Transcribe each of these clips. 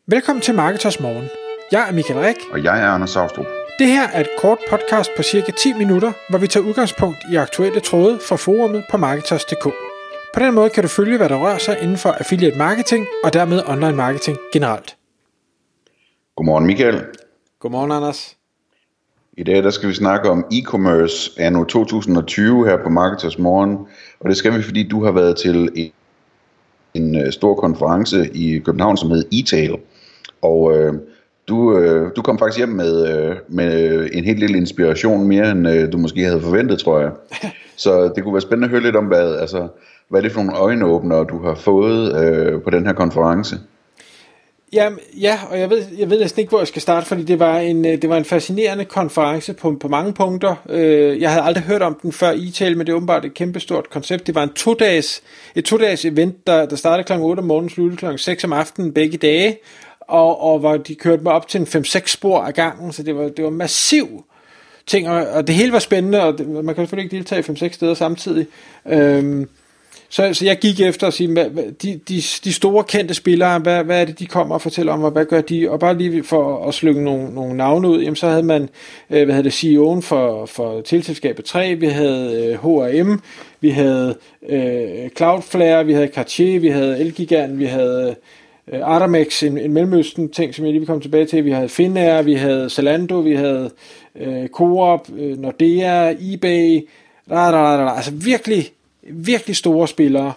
Velkommen til Marketers Morgen. Jeg er Michael Rik. Og jeg er Anders Saustrup. Det her er et kort podcast på cirka 10 minutter, hvor vi tager udgangspunkt i aktuelle tråde fra forumet på Marketers.dk. På den måde kan du følge, hvad der rører sig inden for affiliate marketing og dermed online marketing generelt. Godmorgen Michael. Godmorgen Anders. I dag der skal vi snakke om e-commerce anno 2020 her på Marketers Morgen. Og det skal vi, fordi du har været til en stor konference i København, som hed e-tail. Og du kom faktisk hjem med en helt lille inspiration, mere end du måske havde forventet, tror jeg. Så det kunne være spændende at høre lidt om, hvad er det for nogle øjenåbnere, du har fået på den her konference? Ja, og jeg ved næsten ikke, hvor jeg skal starte, fordi det var en fascinerende konference på mange punkter. Jeg havde aldrig hørt om den før e-tail, men det er åbenbart et kæmpestort koncept. Det var et to-dages event, der startede kl. 8 om morgenen, sluttede kl. 6 om aftenen begge dage, og hvor de kørte mig op til en 5-6 spor af gangen, så det var massiv ting, og det hele var spændende, og man kan selvfølgelig ikke deltage 5-6 steder samtidig. Så jeg gik efter at sige, de store kendte spillere, hvad er det, de kommer og fortæller om, og hvad gør de? Og bare lige for at slynge nogle navne ud, jamen så havde man, CEO'en for teleselskabet 3, vi havde H&M, vi havde Cloudflare, vi havde Cartier, vi havde Elgiganten, vi havde Artemex, en Mellemøsten ting, som jeg lige vil komme tilbage til, vi havde Finnair, vi havde Zalando, vi havde Coop, Nordea, eBay, altså virkelig store spillere,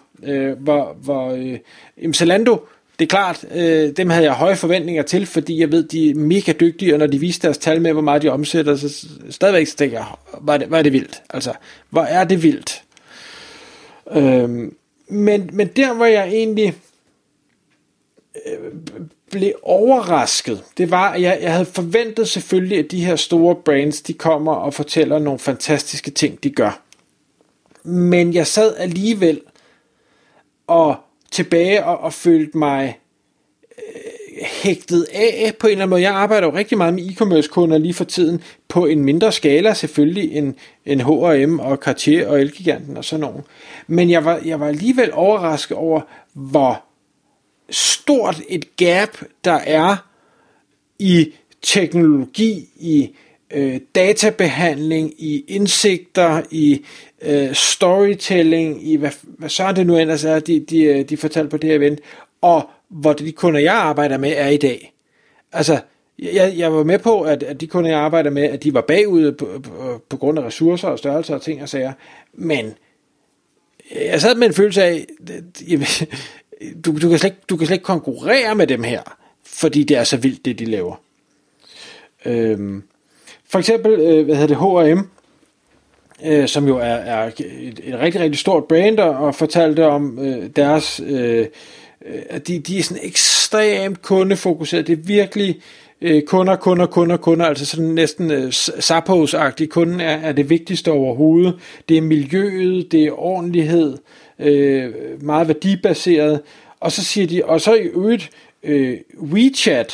Zalando, det er klart, dem havde jeg høje forventninger til, fordi jeg ved, de er mega dygtige, og når de viste deres tal med, hvor meget de omsætter, så stadigvæk så tænker jeg, hvor er det vildt, altså, hvor er det vildt. Men der, hvor jeg egentlig blev overrasket, det var, at jeg havde forventet selvfølgelig, at de her store brands, de kommer og fortæller nogle fantastiske ting, de gør. Men jeg sad alligevel og tilbage og følte mig hægtet af på en eller anden måde. Jeg arbejder jo rigtig meget med e-commerce kunder lige for tiden, på en mindre skala selvfølgelig end H&M og Cartier og Elgiganten og sådan noget. Men jeg var alligevel overrasket over, hvor stort et gap der er i teknologi, i databehandling, i indsigter, i storytelling, i hvad så er det nu ellers er, de fortalte på det her event, og hvor de kunder, jeg arbejder med, er i dag. Altså, jeg var med på, at de kunder, jeg arbejder med, at de var bagud på grund af ressourcer og størrelser og ting og sager, men jeg sad med en følelse af, du kan slet ikke konkurrere med dem her, fordi det er så vildt, det de laver. For eksempel, H&M, som jo er et rigtig, rigtig stort brand, og fortalte om deres, at de er sådan ekstremt kundefokuseret. Det er virkelig kunder, altså sådan næsten Zappos-agtigt. Kunden er det vigtigste overhovedet. Det er miljøet, det er ordentlighed, meget værdibaseret. Og så siger de, og så i øvrigt WeChat,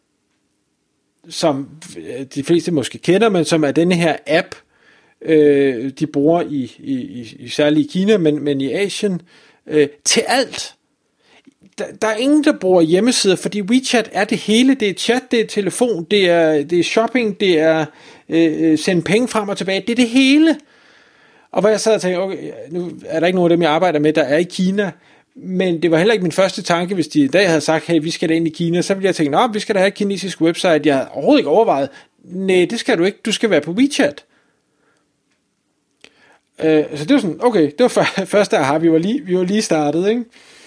som de fleste måske kender, men som er denne her app, de bruger i særligt i Kina, men i Asien, til alt. Der er ingen, der bruger hjemmesider, fordi WeChat er det hele. Det er chat, det er telefon, det er shopping, det er sende penge frem og tilbage. Det er det hele. Og hvor jeg sad og tænkte, okay, nu er der ikke nogen af dem, jeg arbejder med, der er i Kina, men det var heller ikke min første tanke, hvis de i dag havde sagt, hey, vi skal da ind i Kina, så ville jeg tænke, vi skal da have et kinesisk website. Jeg havde overhovedet ikke overvejet, nej, det skal du ikke, du skal være på WeChat. Så det var sådan, okay, det var første aha, vi var lige startet, ikke?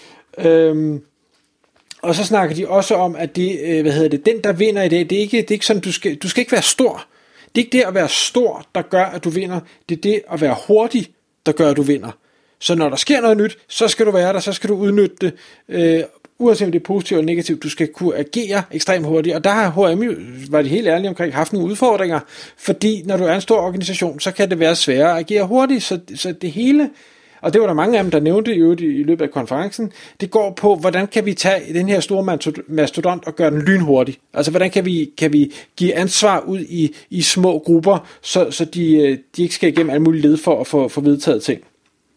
Og så snakker de også om, at det, den der vinder i dag, det er ikke sådan, du skal ikke være stor. Det er ikke det at være stor, der gør, at du vinder. Det er det at være hurtig, der gør, at du vinder. Så når der sker noget nyt, så skal du være der, så skal du udnytte det, uanset om det er positivt eller negativt, du skal kunne agere ekstremt hurtigt, og der har H&M, var de helt ærlige omkring, haft nogle udfordringer, fordi når du er en stor organisation, så kan det være sværere at agere hurtigt, så det hele, og det var der mange af dem, der nævnte i løbet af konferencen, det går på, hvordan kan vi tage den her store mastodont og gøre den lynhurtig, altså hvordan kan vi give ansvar ud i små grupper, så de ikke skal igennem alle mulige led for at få vedtaget ting.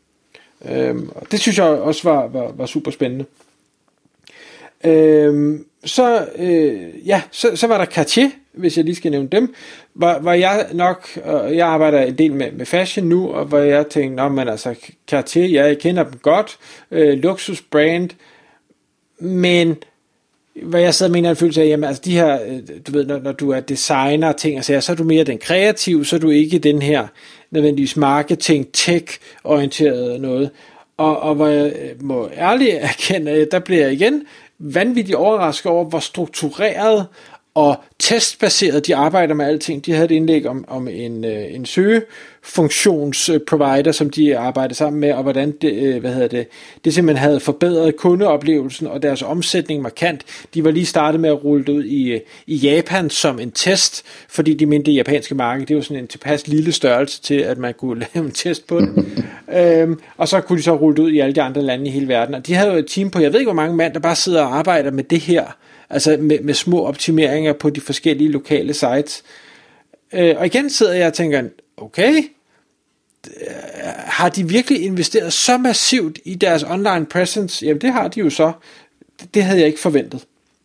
Det synes jeg også var super spændende. så var der Cartier, hvis jeg lige skal nævne dem, hvor jeg arbejder en del med fashion nu, og hvor jeg tænkte, men altså Cartier, jeg kender dem godt, luksusbrand, men hvad jeg sidder og mener en følelse af, jamen altså de her, du ved, når du er designer og ting og sager, så er du mere den kreative, så er du ikke den her nødvendigvis marketing, tech-orienteret noget. Og hvor jeg må ærligt erkende, der bliver jeg igen vanvittigt overrasket over, hvor struktureret og testbaseret de arbejder med alting. De havde et indlæg om en søgefunktionsprovider, som de arbejdede sammen med, og hvordan det simpelthen havde forbedret kundeoplevelsen og deres omsætning markant. De var lige startet med at rulle det ud i Japan som en test, fordi de mente det japanske marked, det var sådan en tilpas lille størrelse til, at man kunne lave en test på det. Og så kunne de så rulle det ud i alle de andre lande i hele verden. Og de havde jo et team på, jeg ved ikke hvor mange mand, der bare sidder og arbejder med det her, altså med små optimeringer på de forskellige lokale sites. Og igen sidder jeg og tænker, okay, har de virkelig investeret så massivt i deres online presence? Jamen det har de jo så. Det havde jeg ikke forventet.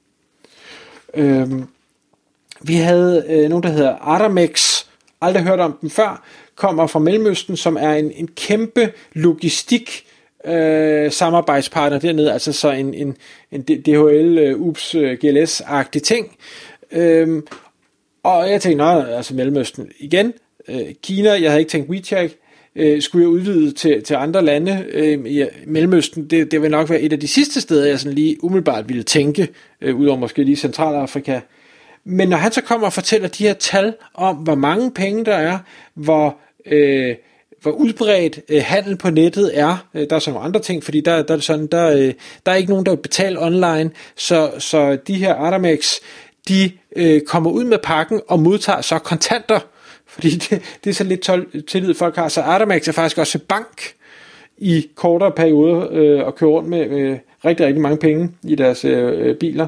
Vi havde nogen, der hedder Aramex, aldrig hørt om dem før, kommer fra Mellemøsten, som er en kæmpe logistik samarbejdspartner dernede, altså så en DHL GLS-agtig ting. Og jeg tænkte, altså Mellemøsten igen, Kina, jeg havde ikke tænkt WeChat, skulle jeg udvide til andre lande. Mellemøsten, det vil nok være et af de sidste steder, jeg sådan lige umiddelbart ville tænke, udover måske lige Centralafrika. Men når han så kommer og fortæller de her tal om, hvor mange penge der er, hvor udbredt handel på nettet er, der er så nogle andre ting, fordi der er det sådan, der er ikke nogen, der vil betale online, så de her Aramex, de kommer ud med pakken og modtager så kontanter, fordi det er så lidt tillid folk har, så Aramex er faktisk også bank i kortere perioder og kører rundt med rigtig, rigtig mange penge i deres biler.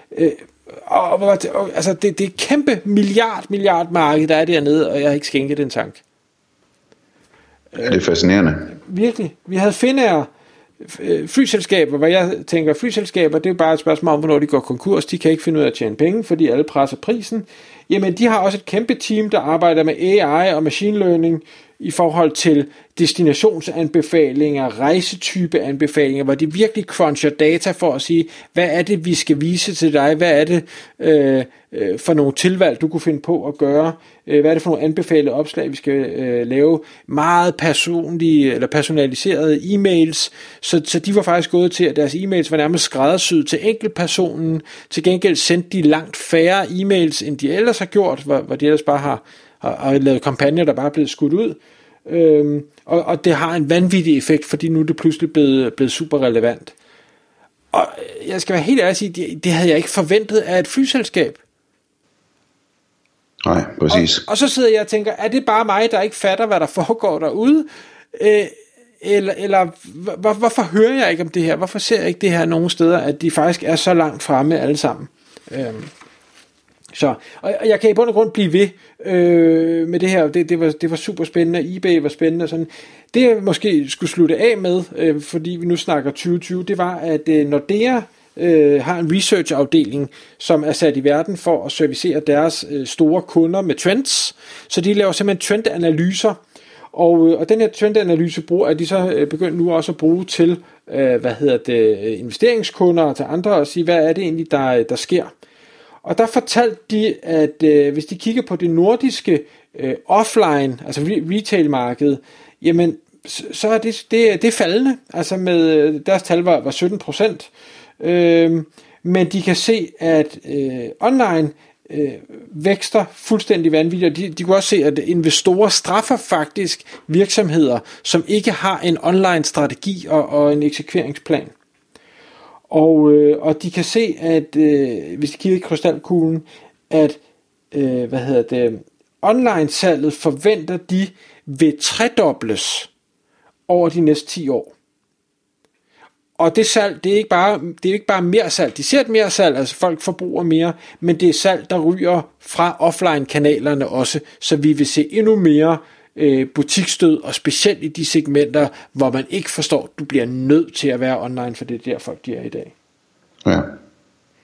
Altså det er et kæmpe milliard marked, der er dernede, og jeg har ikke skænket den tanke. Det er fascinerende. Virkelig. Vi havde Finnair flyselskaber, hvor jeg tænker, flyselskaber, det er bare et spørgsmål om, hvornår de går konkurs. De kan ikke finde ud af at tjene penge, fordi alle presser prisen. Jamen, de har også et kæmpe team, der arbejder med AI og machine learning i forhold til destinationsanbefalinger, rejsetypeanbefalinger, hvor de virkelig cruncher data for at sige, hvad er det, vi skal vise til dig? Hvad er det for nogle tilvalg, du kunne finde på at gøre? Hvad er det for nogle anbefalede opslag, vi skal lave? Meget personlige eller personaliserede e-mails, så de var faktisk gået til, at deres e-mails var nærmest skræddersyet til enkeltpersonen. Til gengæld sendte de langt færre e-mails, end de ellers har gjort, hvor de ellers bare har lavet kampagner, der bare er blevet skudt ud. Og det har en vanvittig effekt, fordi nu er det pludselig blevet super relevant. Og jeg skal være helt ærlig at sige, det havde jeg ikke forventet af et flyselskab. Nej, præcis. Og så sidder jeg og tænker, er det bare mig, der ikke fatter, hvad der foregår derude? Eller hvorfor hører jeg ikke om det her? Hvorfor ser jeg ikke det her nogen steder, at de faktisk er så langt fremme alle sammen? Og jeg kan i bund og grund blive ved med det her. Det var super spændende. eBay var spændende og sådan. Det jeg måske skulle slutte af med, fordi vi nu snakker 2020, det var, at Nordea har en research-afdeling, som er sat i verden for at servicere deres store kunder med trends. Så de laver simpelthen trendanalyser. Og den her trendanalyse er de så begyndt nu også at bruge til investeringskunder og til andre og sige, hvad er det egentlig, der sker. Og der fortalte de, at hvis de kigger på det nordiske offline, altså retail-marked, jamen, så er det er faldende. Altså med deres tal var 17%. Men de kan se, at online vækster fuldstændig vanvittigt, og de kunne også se, at investorer straffer faktisk virksomheder, som ikke har en online strategi og en eksekveringsplan. Og de kan se, at hvis de kigger i krystalkuglen, at online salget forventer de vil tredobles over de næste 10 år. Og det salg, det er ikke bare mere salg. De ser et mere salg, altså folk forbruger mere, men det er salg, der ryger fra offline-kanalerne også, så vi vil se endnu mere butiksstød, og specielt i de segmenter, hvor man ikke forstår, at du bliver nødt til at være online, for det er der folk de er i dag. Ja.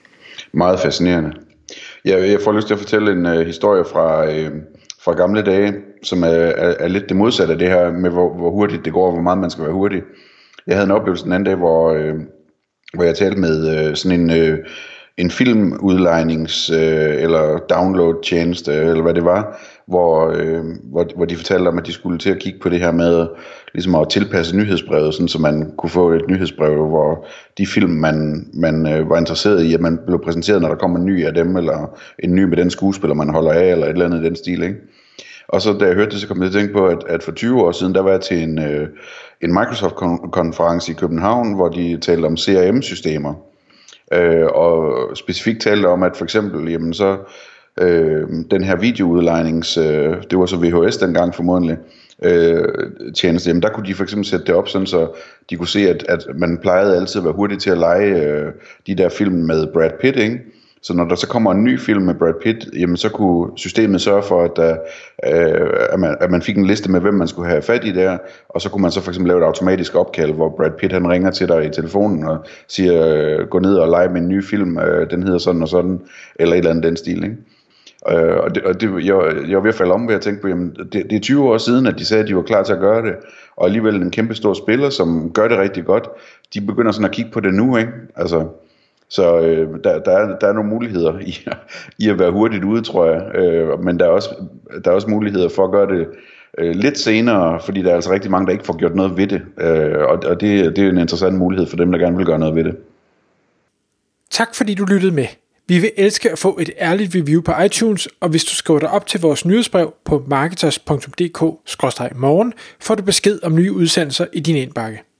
Meget fascinerende. Jeg får lyst til at fortælle en historie fra gamle dage, som er lidt det modsatte af det her med, hvor hurtigt det går, og hvor meget man skal være hurtig. Jeg havde en oplevelse den anden dag, hvor jeg talte med sådan en filmudlejnings- eller download-tjeneste, eller hvad det var, hvor de fortalte om, at de skulle til at kigge på det her med ligesom at tilpasse nyhedsbrevet, sådan, så man kunne få et nyhedsbrev, hvor de film, man var interesseret i, at man blev præsenteret, når der kom en ny af dem, eller en ny med den skuespiller, man holder af, eller et eller andet i den stil, ikke? Og så da jeg hørte det, så kom jeg til at tænke på, at for 20 år siden, der var jeg til en Microsoft-konference i København, hvor de talte om CRM-systemer. Og specifikt talte om, at for eksempel, jamen så den her videoudlejnings, det var så VHS dengang formodentlig, tjeneste, jamen der kunne de for eksempel sætte det op, sådan så de kunne se, at man plejede altid at være hurtig til at lege de der film med Brad Pitt, ikke? Så når der så kommer en ny film med Brad Pitt, jamen så kunne systemet sørge for, at man fik en liste med, hvem man skulle have fat i der, og så kunne man så for eksempel lave et automatisk opkald, hvor Brad Pitt han ringer til dig i telefonen og siger, gå ned og lege med en ny film, den hedder sådan og sådan, eller et eller andet den stil, ikke? Jeg var ved at falde om ved at tænke på, jamen det er 20 år siden, at de sagde, at de var klar til at gøre det, og alligevel en kæmpe stor spiller, som gør det rigtig godt, de begynder sådan at kigge på det nu, ikke? Altså, så der er nogle muligheder i at være hurtigt ude, tror jeg, men der er også muligheder for at gøre det lidt senere, fordi der er altså rigtig mange, der ikke får gjort noget ved det, og det er en interessant mulighed for dem, der gerne vil gøre noget ved det. Tak fordi du lyttede med. Vi vil elske at få et ærligt review på iTunes, og hvis du skriver dig op til vores nyhedsbrev på marketers.dk/morgen, får du besked om nye udsendelser i din indbakke.